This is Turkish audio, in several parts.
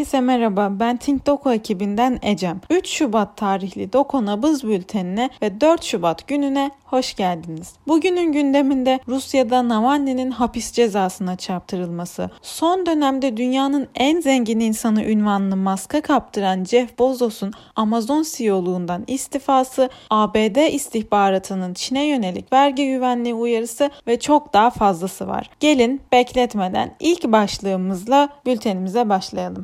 Herkese merhaba, ben Think Doko ekibinden Ecem. 3 Şubat tarihli Doko Nabız Bülteni'ne ve 4 Şubat gününe hoş geldiniz. Bugünün gündeminde Rusya'da Navalny'nin hapis cezasına çarptırılması, son dönemde dünyanın en zengin insanı unvanını maska kaptıran Jeff Bezos'un Amazon CEO'luğundan istifası, ABD istihbaratının Çin'e yönelik vergi güvenliği uyarısı ve çok daha fazlası var. Gelin bekletmeden ilk başlığımızla bültenimize başlayalım.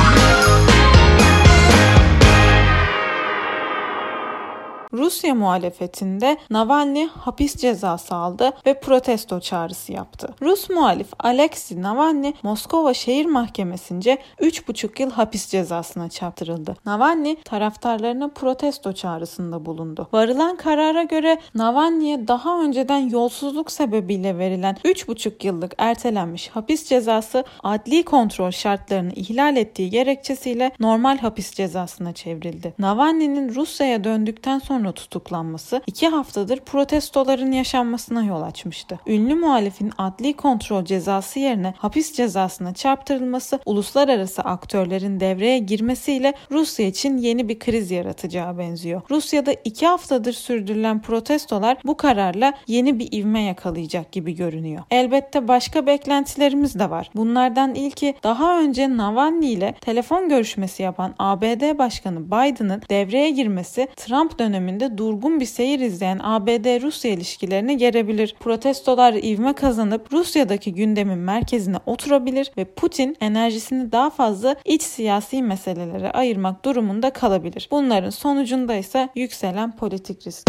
Rusya muhalefetinde Navalny hapis cezası aldı ve protesto çağrısı yaptı. Rus muhalif Alexei Navalny, Moskova Şehir Mahkemesi'nce 3,5 yıl hapis cezasına çarptırıldı. Navalny, taraftarlarına protesto çağrısında bulundu. Varılan karara göre Navalny'ye daha önceden yolsuzluk sebebiyle verilen 3,5 yıllık ertelenmiş hapis cezası adli kontrol şartlarını ihlal ettiği gerekçesiyle normal hapis cezasına çevrildi. Navalny'nin Rusya'ya döndükten sonra tutuklanması 2 haftadır protestoların yaşanmasına yol açmıştı. Ünlü muhalifin adli kontrol cezası yerine hapis cezasına çarptırılması uluslararası aktörlerin devreye girmesiyle Rusya için yeni bir kriz yaratacağı benziyor. Rusya'da 2 haftadır sürdürülen protestolar bu kararla yeni bir ivme yakalayacak gibi görünüyor. Elbette başka beklentilerimiz de var. Bunlardan ilki daha önce Navalny ile telefon görüşmesi yapan ABD Başkanı Biden'ın devreye girmesi Trump döneminde durgun bir seyir izleyen ABD-Rusya ilişkilerini gerebilir. Protestolar ivme kazanıp Rusya'daki gündemin merkezine oturabilir ve Putin enerjisini daha fazla iç siyasi meselelere ayırmak durumunda kalabilir. Bunların sonucunda ise yükselen politik risk.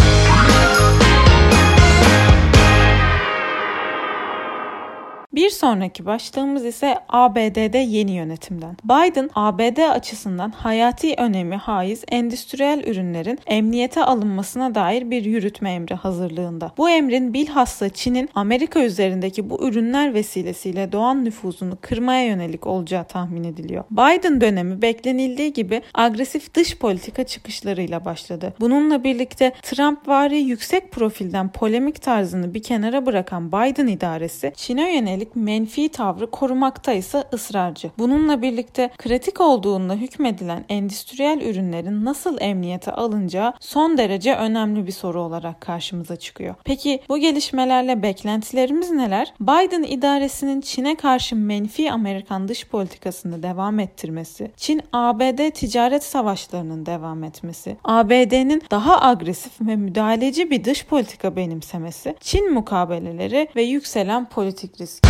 Bir sonraki başlığımız ise ABD'de yeni yönetimden. Biden, ABD açısından hayati önemi haiz endüstriyel ürünlerin emniyete alınmasına dair bir yürütme emri hazırlığında. Bu emrin bilhassa Çin'in Amerika üzerindeki bu ürünler vesilesiyle doğan nüfuzunu kırmaya yönelik olacağı tahmin ediliyor. Biden dönemi beklenildiği gibi agresif dış politika çıkışlarıyla başladı. Bununla birlikte Trump-vari yüksek profilden polemik tarzını bir kenara bırakan Biden idaresi Çin'e yönelik menfi tavrı korumakta ise ısrarcı. Bununla birlikte kritik olduğunda hükmedilen endüstriyel ürünlerin nasıl emniyete alınacağı son derece önemli bir soru olarak karşımıza çıkıyor. Peki bu gelişmelerle beklentilerimiz neler? Biden idaresinin Çin'e karşı menfi Amerikan dış politikasını devam ettirmesi, Çin-ABD ticaret savaşlarının devam etmesi, ABD'nin daha agresif ve müdahaleci bir dış politika benimsemesi, Çin mukabeleleri ve yükselen politik risk.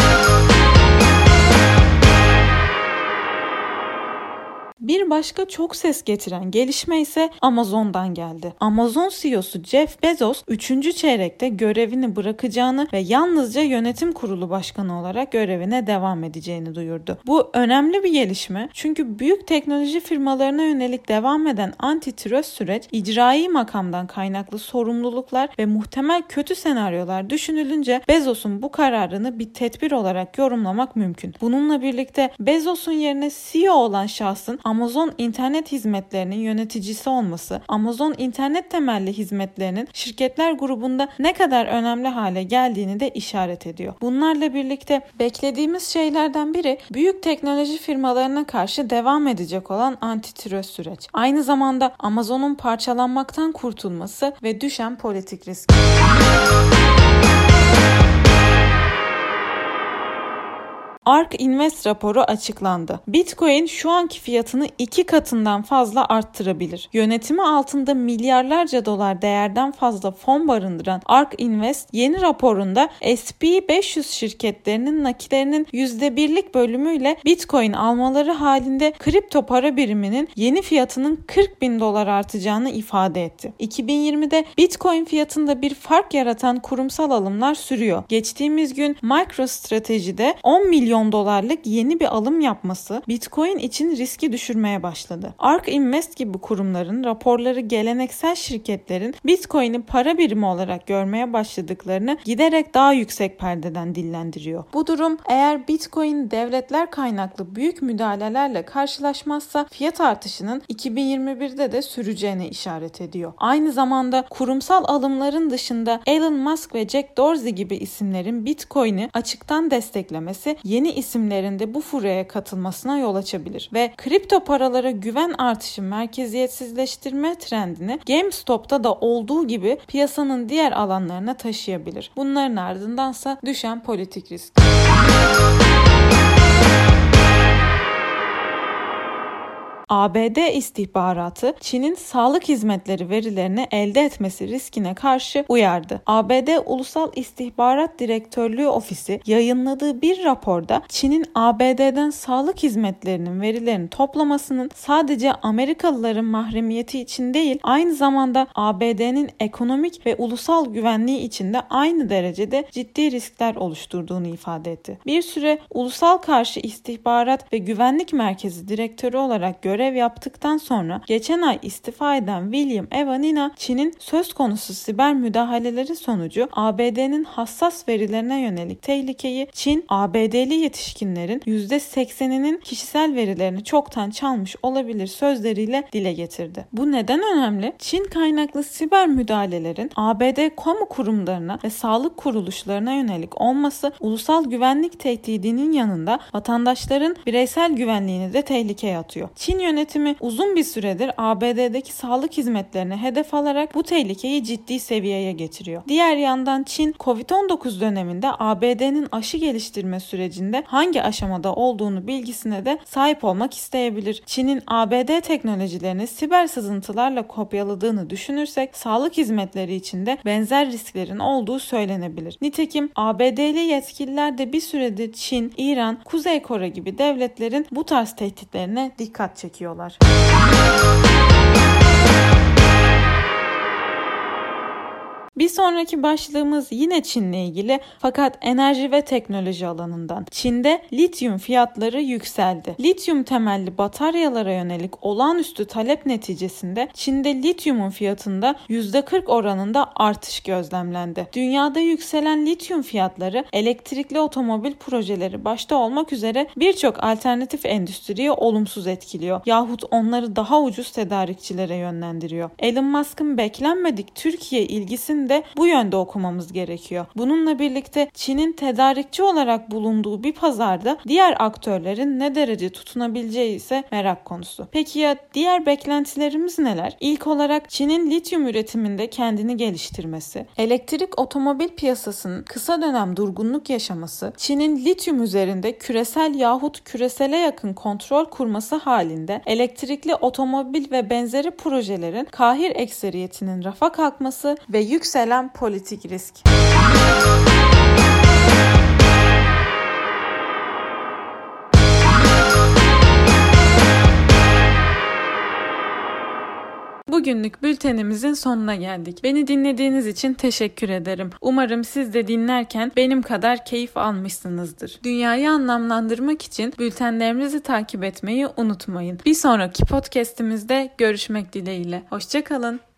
Bir başka çok ses getiren gelişme ise Amazon'dan geldi. Amazon CEO'su Jeff Bezos 3. çeyrekte görevini bırakacağını ve yalnızca yönetim kurulu başkanı olarak görevine devam edeceğini duyurdu. Bu önemli bir gelişme çünkü büyük teknoloji firmalarına yönelik devam eden antitrust süreç, icraî makamdan kaynaklı sorumluluklar ve muhtemel kötü senaryolar düşünülünce Bezos'un bu kararını bir tedbir olarak yorumlamak mümkün. Bununla birlikte Bezos'un yerine CEO olan şahsın Amazon internet hizmetlerinin yöneticisi olması, Amazon internet temelli hizmetlerinin şirketler grubunda ne kadar önemli hale geldiğini de işaret ediyor. Bunlarla birlikte beklediğimiz şeylerden biri büyük teknoloji firmalarına karşı devam edecek olan antitrust süreç. Aynı zamanda Amazon'un parçalanmaktan kurtulması ve düşen politik risk. ARK Invest raporu açıklandı. Bitcoin şu anki fiyatını 2 katından fazla arttırabilir. Yönetimi altında milyarlarca dolar değerden fazla fon barındıran ARK Invest yeni raporunda S&P 500 şirketlerinin nakitlerinin %1'lik bölümüyle Bitcoin almaları halinde kripto para biriminin yeni fiyatının $40.000 artacağını ifade etti. 2020'de Bitcoin fiyatında bir fark yaratan kurumsal alımlar sürüyor. Geçtiğimiz gün MicroStrategy'de 10 milyon dolarlık yeni bir alım yapması Bitcoin için riski düşürmeye başladı. ARK Invest gibi kurumların raporları geleneksel şirketlerin Bitcoin'i para birimi olarak görmeye başladıklarını giderek daha yüksek perdeden dillendiriyor. Bu durum eğer Bitcoin devletler kaynaklı büyük müdahalelerle karşılaşmazsa fiyat artışının 2021'de de süreceğine işaret ediyor. Aynı zamanda kurumsal alımların dışında Elon Musk ve Jack Dorsey gibi isimlerin Bitcoin'i açıktan desteklemesi yeni yeni isimlerin de bu furyaya katılmasına yol açabilir ve kripto paralara güven artışı merkeziyetsizleştirme trendini GameStop'ta da olduğu gibi piyasanın diğer alanlarına taşıyabilir. Bunların ardındansa düşen politik risk. ABD istihbaratı Çin'in sağlık hizmetleri verilerini elde etmesi riskine karşı uyardı. ABD Ulusal İstihbarat Direktörlüğü Ofisi yayınladığı bir raporda Çin'in ABD'den sağlık hizmetlerinin verilerini toplamasının sadece Amerikalıların mahremiyeti için değil, aynı zamanda ABD'nin ekonomik ve ulusal güvenliği için de aynı derecede ciddi riskler oluşturduğunu ifade etti. Bir süre Ulusal Karşı İstihbarat ve Güvenlik Merkezi Direktörü olarak görev yaptıktan sonra geçen ay istifa eden William Evanina, Çin'in söz konusu siber müdahaleleri sonucu ABD'nin hassas verilerine yönelik tehlikeyi Çin, ABD'li yetişkinlerin %80'inin kişisel verilerini çoktan çalmış olabilir sözleriyle dile getirdi. Bu neden önemli? Çin kaynaklı siber müdahalelerin ABD kamu kurumlarına ve sağlık kuruluşlarına yönelik olması ulusal güvenlik tehdidinin yanında vatandaşların bireysel güvenliğini de tehlikeye atıyor. Çin yönetimi uzun bir süredir ABD'deki sağlık hizmetlerini hedef alarak bu tehlikeyi ciddi seviyeye getiriyor. Diğer yandan Çin, Covid-19 döneminde ABD'nin aşı geliştirme sürecinde hangi aşamada olduğunu bilgisine de sahip olmak isteyebilir. Çin'in ABD teknolojilerini siber sızıntılarla kopyaladığını düşünürsek sağlık hizmetleri için de benzer risklerin olduğu söylenebilir. Nitekim ABD'li yetkililer de bir süredir Çin, İran, Kuzey Kore gibi devletlerin bu tarz tehditlerine dikkat çekiyorlar. Bir sonraki başlığımız yine Çin'le ilgili fakat enerji ve teknoloji alanından. Çin'de lityum fiyatları yükseldi. Lityum temelli bataryalara yönelik olağanüstü talep neticesinde Çin'de lityumun fiyatında %40 oranında artış gözlemlendi. Dünyada yükselen lityum fiyatları elektrikli otomobil projeleri başta olmak üzere birçok alternatif endüstriyi olumsuz etkiliyor. Yahut onları daha ucuz tedarikçilere yönlendiriyor. Elon Musk'ın beklenmedik Türkiye ilgisini de bu yönde okumamız gerekiyor. Bununla birlikte Çin'in tedarikçi olarak bulunduğu bir pazarda diğer aktörlerin ne derece tutunabileceği ise merak konusu. Peki ya diğer beklentilerimiz neler? İlk olarak Çin'in lityum üretiminde kendini geliştirmesi, elektrik otomobil piyasasının kısa dönem durgunluk yaşaması, Çin'in lityum üzerinde küresel yahut küresele yakın kontrol kurması halinde elektrikli otomobil ve benzeri projelerin kahir ekseriyetinin rafa kalkması ve yükselen politik risk. Bugünlük bültenimizin sonuna geldik. Beni dinlediğiniz için teşekkür ederim. Umarım siz de dinlerken benim kadar keyif almışsınızdır. Dünyayı anlamlandırmak için bültenlerimizi takip etmeyi unutmayın. Bir sonraki podcast'imizde görüşmek dileğiyle. Hoşça kalın.